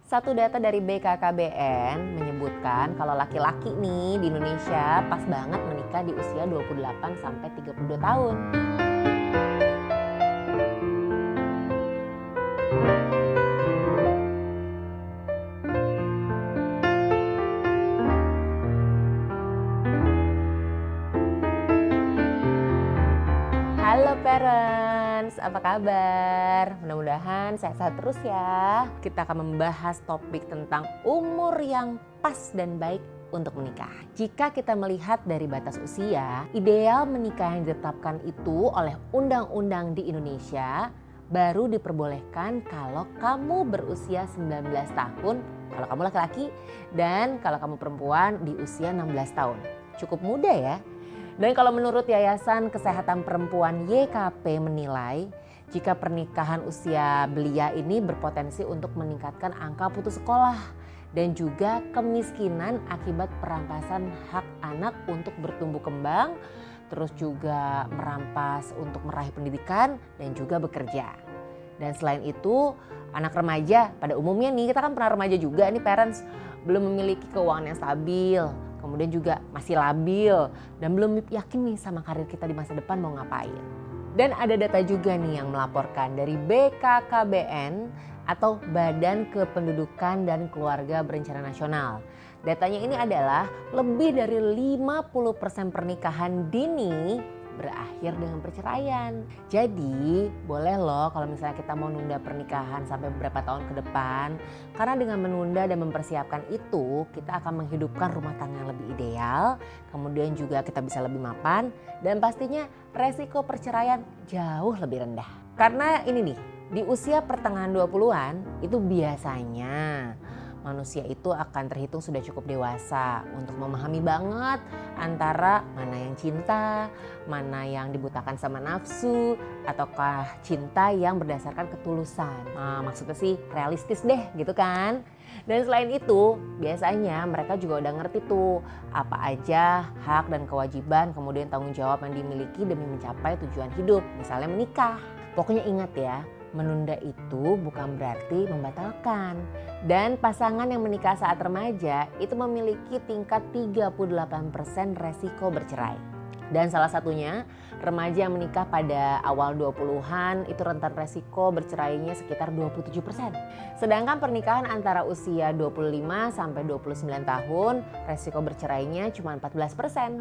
Satu data dari BKKBN menyebutkan kalau laki-laki nih di Indonesia pas banget menikah di usia 28 sampai 32 tahun. Halo parents, apa kabar? Mudah-mudahan sehat-sehat terus ya. Kita akan membahas topik tentang umur yang pas dan baik untuk menikah. Jika kita melihat dari batas usia, ideal menikah yang ditetapkan itu oleh undang-undang di Indonesia baru diperbolehkan kalau kamu berusia 19 tahun, kalau kamu laki-laki, dan kalau kamu perempuan di usia 16 tahun. Cukup muda ya. Dan kalau menurut Yayasan Kesehatan Perempuan YKP menilai, jika pernikahan usia belia ini berpotensi untuk meningkatkan angka putus sekolah dan juga kemiskinan akibat perampasan hak anak untuk bertumbuh kembang, terus juga merampas untuk meraih pendidikan dan juga bekerja. Dan selain itu, anak remaja pada umumnya nih, kita kan pernah remaja juga nih parents, belum memiliki keuangan yang stabil. Kemudian juga masih labil dan belum yakin nih sama karir kita di masa depan mau ngapain. Dan ada data juga nih yang melaporkan dari BKKBN atau Badan Kependudukan dan Keluarga Berencana Nasional. Datanya ini adalah lebih dari 50% pernikahan dini berakhir dengan perceraian. Jadi boleh loh kalau misalnya kita mau nunda pernikahan sampai beberapa tahun ke depan. Karena dengan menunda dan mempersiapkan itu kita akan menghidupkan rumah tangga yang lebih ideal. Kemudian juga kita bisa lebih mapan dan pastinya resiko perceraian jauh lebih rendah. Karena ini nih, di usia pertengahan 20-an itu biasanya manusia itu akan terhitung sudah cukup dewasa untuk memahami banget antara mana yang cinta, mana yang dibutakan sama nafsu, ataukah cinta yang berdasarkan ketulusan. Maksudnya sih realistis deh gitu kan. Dan selain itu biasanya mereka juga udah ngerti tuh apa aja hak dan kewajiban kemudian tanggung jawab yang dimiliki demi mencapai tujuan hidup, misalnya menikah. Pokoknya ingat ya, menunda itu bukan berarti membatalkan. Dan pasangan yang menikah saat remaja itu memiliki tingkat 38% resiko bercerai. Dan salah satunya remaja yang menikah pada awal 20-an itu rentan resiko bercerainya sekitar 27%. Sedangkan pernikahan antara usia 25 sampai 29 tahun resiko bercerainya cuma 14%.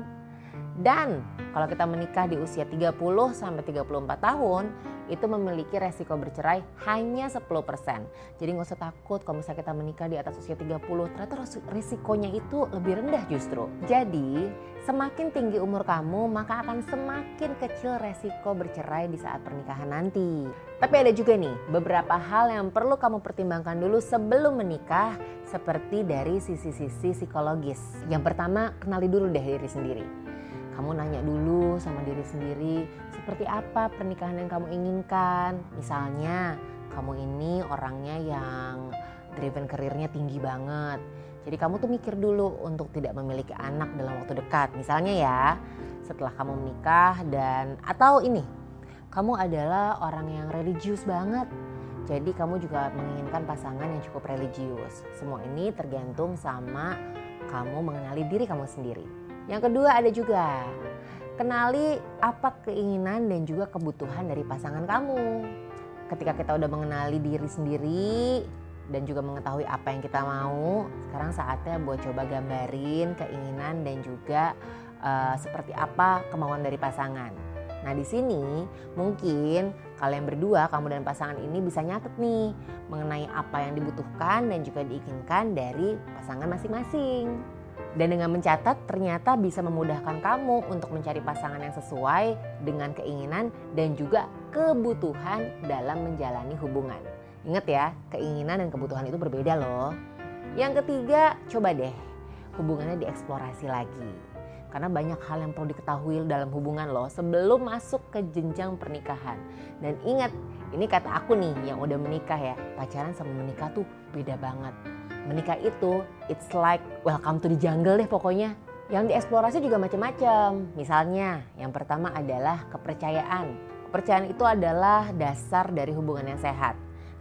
Dan kalau kita menikah di usia 30 sampai 34 tahun itu memiliki resiko bercerai hanya 10%. Jadi gak usah takut kalau misalnya kita menikah di atas usia 30, ternyata resikonya itu lebih rendah justru. Jadi semakin tinggi umur kamu maka akan semakin kecil resiko bercerai di saat pernikahan nanti. Tapi ada juga nih beberapa hal yang perlu kamu pertimbangkan dulu sebelum menikah seperti dari sisi-sisi psikologis. Yang pertama, kenali dulu deh diri sendiri. Kamu nanya dulu sama diri sendiri seperti apa pernikahan yang kamu inginkan. Misalnya kamu ini orangnya yang driven karirnya tinggi banget. Jadi kamu tuh mikir dulu untuk tidak memiliki anak dalam waktu dekat. Misalnya ya setelah kamu menikah atau ini kamu adalah orang yang religius banget. Jadi kamu juga menginginkan pasangan yang cukup religius. Semua ini tergantung sama kamu mengenali diri kamu sendiri. Yang kedua ada juga, kenali apa keinginan dan juga kebutuhan dari pasangan kamu. Ketika kita udah mengenali diri sendiri dan juga mengetahui apa yang kita mau, sekarang saatnya buat coba gambarin keinginan dan juga seperti apa kemauan dari pasangan. Nah di sini mungkin kalian berdua, kamu dan pasangan ini bisa nyatet nih mengenai apa yang dibutuhkan dan juga diinginkan dari pasangan masing-masing. Dan dengan mencatat ternyata bisa memudahkan kamu untuk mencari pasangan yang sesuai dengan keinginan dan juga kebutuhan dalam menjalani hubungan. Ingat ya, keinginan dan kebutuhan itu berbeda loh. Yang ketiga, coba deh hubungannya dieksplorasi lagi. Karena banyak hal yang perlu diketahui dalam hubungan loh sebelum masuk ke jenjang pernikahan. Dan ingat, ini kata aku nih yang udah menikah ya, pacaran sama menikah tuh beda banget. Menikah itu it's like welcome to the jungle deh pokoknya. Yang dieksplorasi juga macam-macam. Misalnya yang pertama adalah kepercayaan. Kepercayaan itu adalah dasar dari hubungan yang sehat.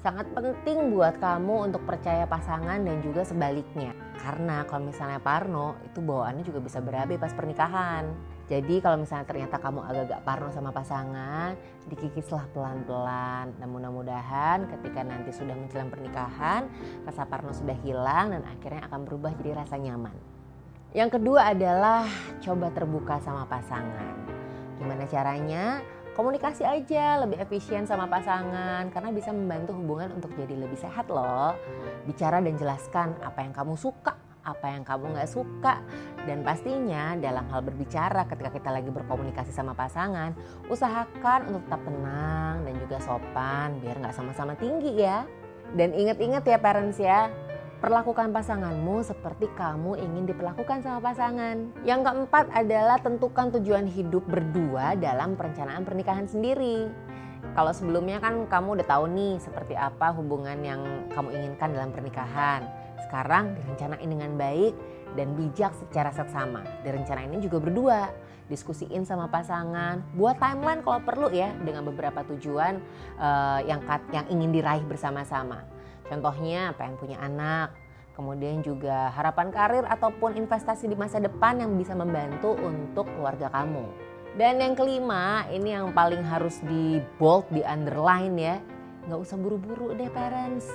Sangat penting buat kamu untuk percaya pasangan dan juga sebaliknya. Karena kalau misalnya parno itu bawaannya juga bisa berabe pas pernikahan. Jadi kalau misalnya ternyata kamu agak-agak parno sama pasangan, dikikislah pelan-pelan. Dan mudah-mudahan ketika nanti sudah menjelang pernikahan, rasa parno sudah hilang dan akhirnya akan berubah jadi rasa nyaman. Yang kedua adalah coba terbuka sama pasangan. Gimana caranya? Komunikasi aja lebih efisien sama pasangan karena bisa membantu hubungan untuk jadi lebih sehat loh. Bicara dan jelaskan apa yang kamu suka, apa yang kamu gak suka. Dan pastinya dalam hal berbicara ketika kita lagi berkomunikasi sama pasangan, usahakan untuk tetap tenang dan juga sopan biar gak sama-sama tinggi ya. Dan ingat-ingat ya parents ya, perlakukan pasanganmu seperti kamu ingin diperlakukan sama pasangan. Yang keempat adalah tentukan tujuan hidup berdua dalam perencanaan pernikahan sendiri. Kalau sebelumnya kan kamu udah tahu nih seperti apa hubungan yang kamu inginkan dalam pernikahan. Sekarang direncanain dengan baik dan bijak secara seksama. Direncanain juga berdua. Diskusiin sama pasangan, buat timeline kalau perlu ya dengan beberapa tujuan yang ingin diraih bersama-sama. Contohnya pengen punya anak, kemudian juga harapan karir ataupun investasi di masa depan yang bisa membantu untuk keluarga kamu. Dan yang kelima, ini yang paling harus di bold, di underline ya. Gak usah buru-buru deh parents,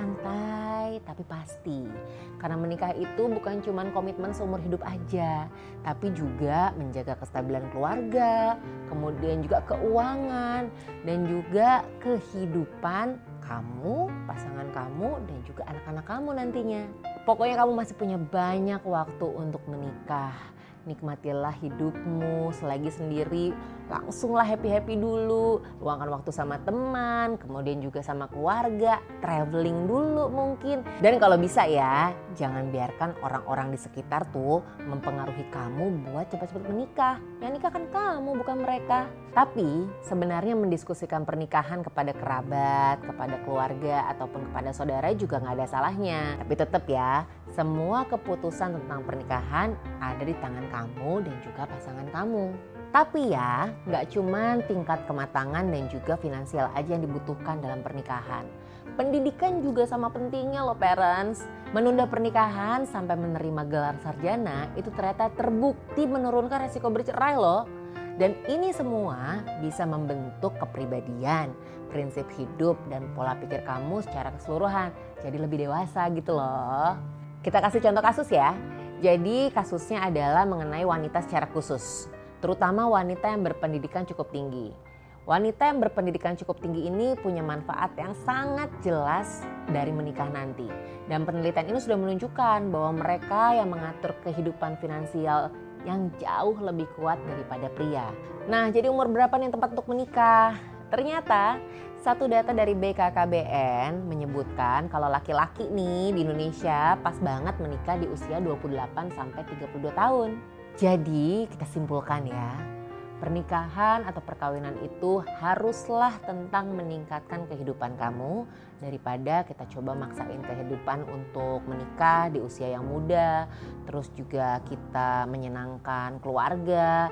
santai tapi pasti. Karena menikah itu bukan cuma komitmen seumur hidup aja, tapi juga menjaga kestabilan keluarga, kemudian juga keuangan, dan juga kehidupan kamu, pasangan kamu, dan juga anak-anak kamu nantinya. Pokoknya kamu masih punya banyak waktu untuk menikah. Nikmatilah hidupmu selagi sendiri, langsunglah happy-happy dulu. Luangkan waktu sama teman, kemudian juga sama keluarga, traveling dulu mungkin. Dan kalau bisa ya, jangan biarkan orang-orang di sekitar tuh mempengaruhi kamu buat cepat-cepat menikah. Yang nikah kan kamu, bukan mereka. Tapi sebenarnya mendiskusikan pernikahan kepada kerabat, kepada keluarga, ataupun kepada saudara juga gak ada salahnya. Tapi tetap ya, semua keputusan tentang pernikahan ada di tangan kamu dan juga pasangan kamu. Tapi ya, gak cuma tingkat kematangan dan juga finansial aja yang dibutuhkan dalam pernikahan. Pendidikan juga sama pentingnya loh parents. Menunda pernikahan sampai menerima gelar sarjana itu ternyata terbukti menurunkan resiko bercerai loh. Dan ini semua bisa membentuk kepribadian, prinsip hidup, dan pola pikir kamu secara keseluruhan. Jadi lebih dewasa gitu loh. Kita kasih contoh kasus ya. Jadi kasusnya adalah mengenai wanita secara khusus. Terutama wanita yang berpendidikan cukup tinggi. Wanita yang berpendidikan cukup tinggi ini punya manfaat yang sangat jelas dari menikah nanti. Dan penelitian ini sudah menunjukkan bahwa mereka yang mengatur kehidupan finansial yang jauh lebih kuat daripada pria. Nah, jadi umur berapa nih yang tepat untuk menikah? Ternyata satu data dari BKKBN menyebutkan kalau laki-laki nih di Indonesia pas banget menikah di usia 28 sampai 32 tahun. Jadi kita simpulkan ya, pernikahan atau perkawinan itu haruslah tentang meningkatkan kehidupan kamu daripada kita coba maksain kehidupan untuk menikah di usia yang muda, terus juga kita menyenangkan keluarga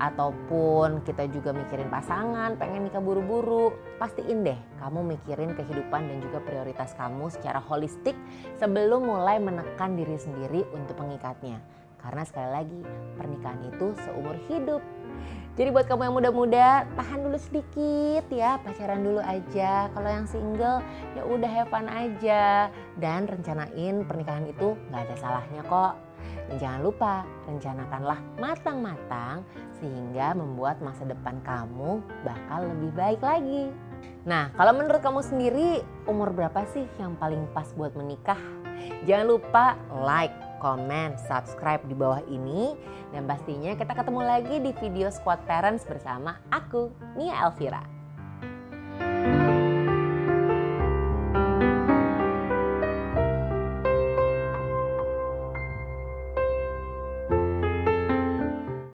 ataupun kita juga mikirin pasangan, pengen nikah buru-buru. Pastiin deh kamu mikirin kehidupan dan juga prioritas kamu secara holistik sebelum mulai menekan diri sendiri untuk mengikatnya. Karena sekali lagi pernikahan itu seumur hidup. Jadi buat kamu yang muda-muda, tahan dulu sedikit ya, pacaran dulu aja. Kalau yang single ya udah have fun aja. Dan rencanain pernikahan itu gak ada salahnya kok. Dan jangan lupa rencanakanlah matang-matang sehingga membuat masa depan kamu bakal lebih baik lagi. Nah, kalau menurut kamu sendiri umur berapa sih yang paling pas buat menikah? Jangan lupa like, komen, subscribe di bawah ini. Dan pastinya kita ketemu lagi di video Squad Parents bersama aku, Nia Elvira.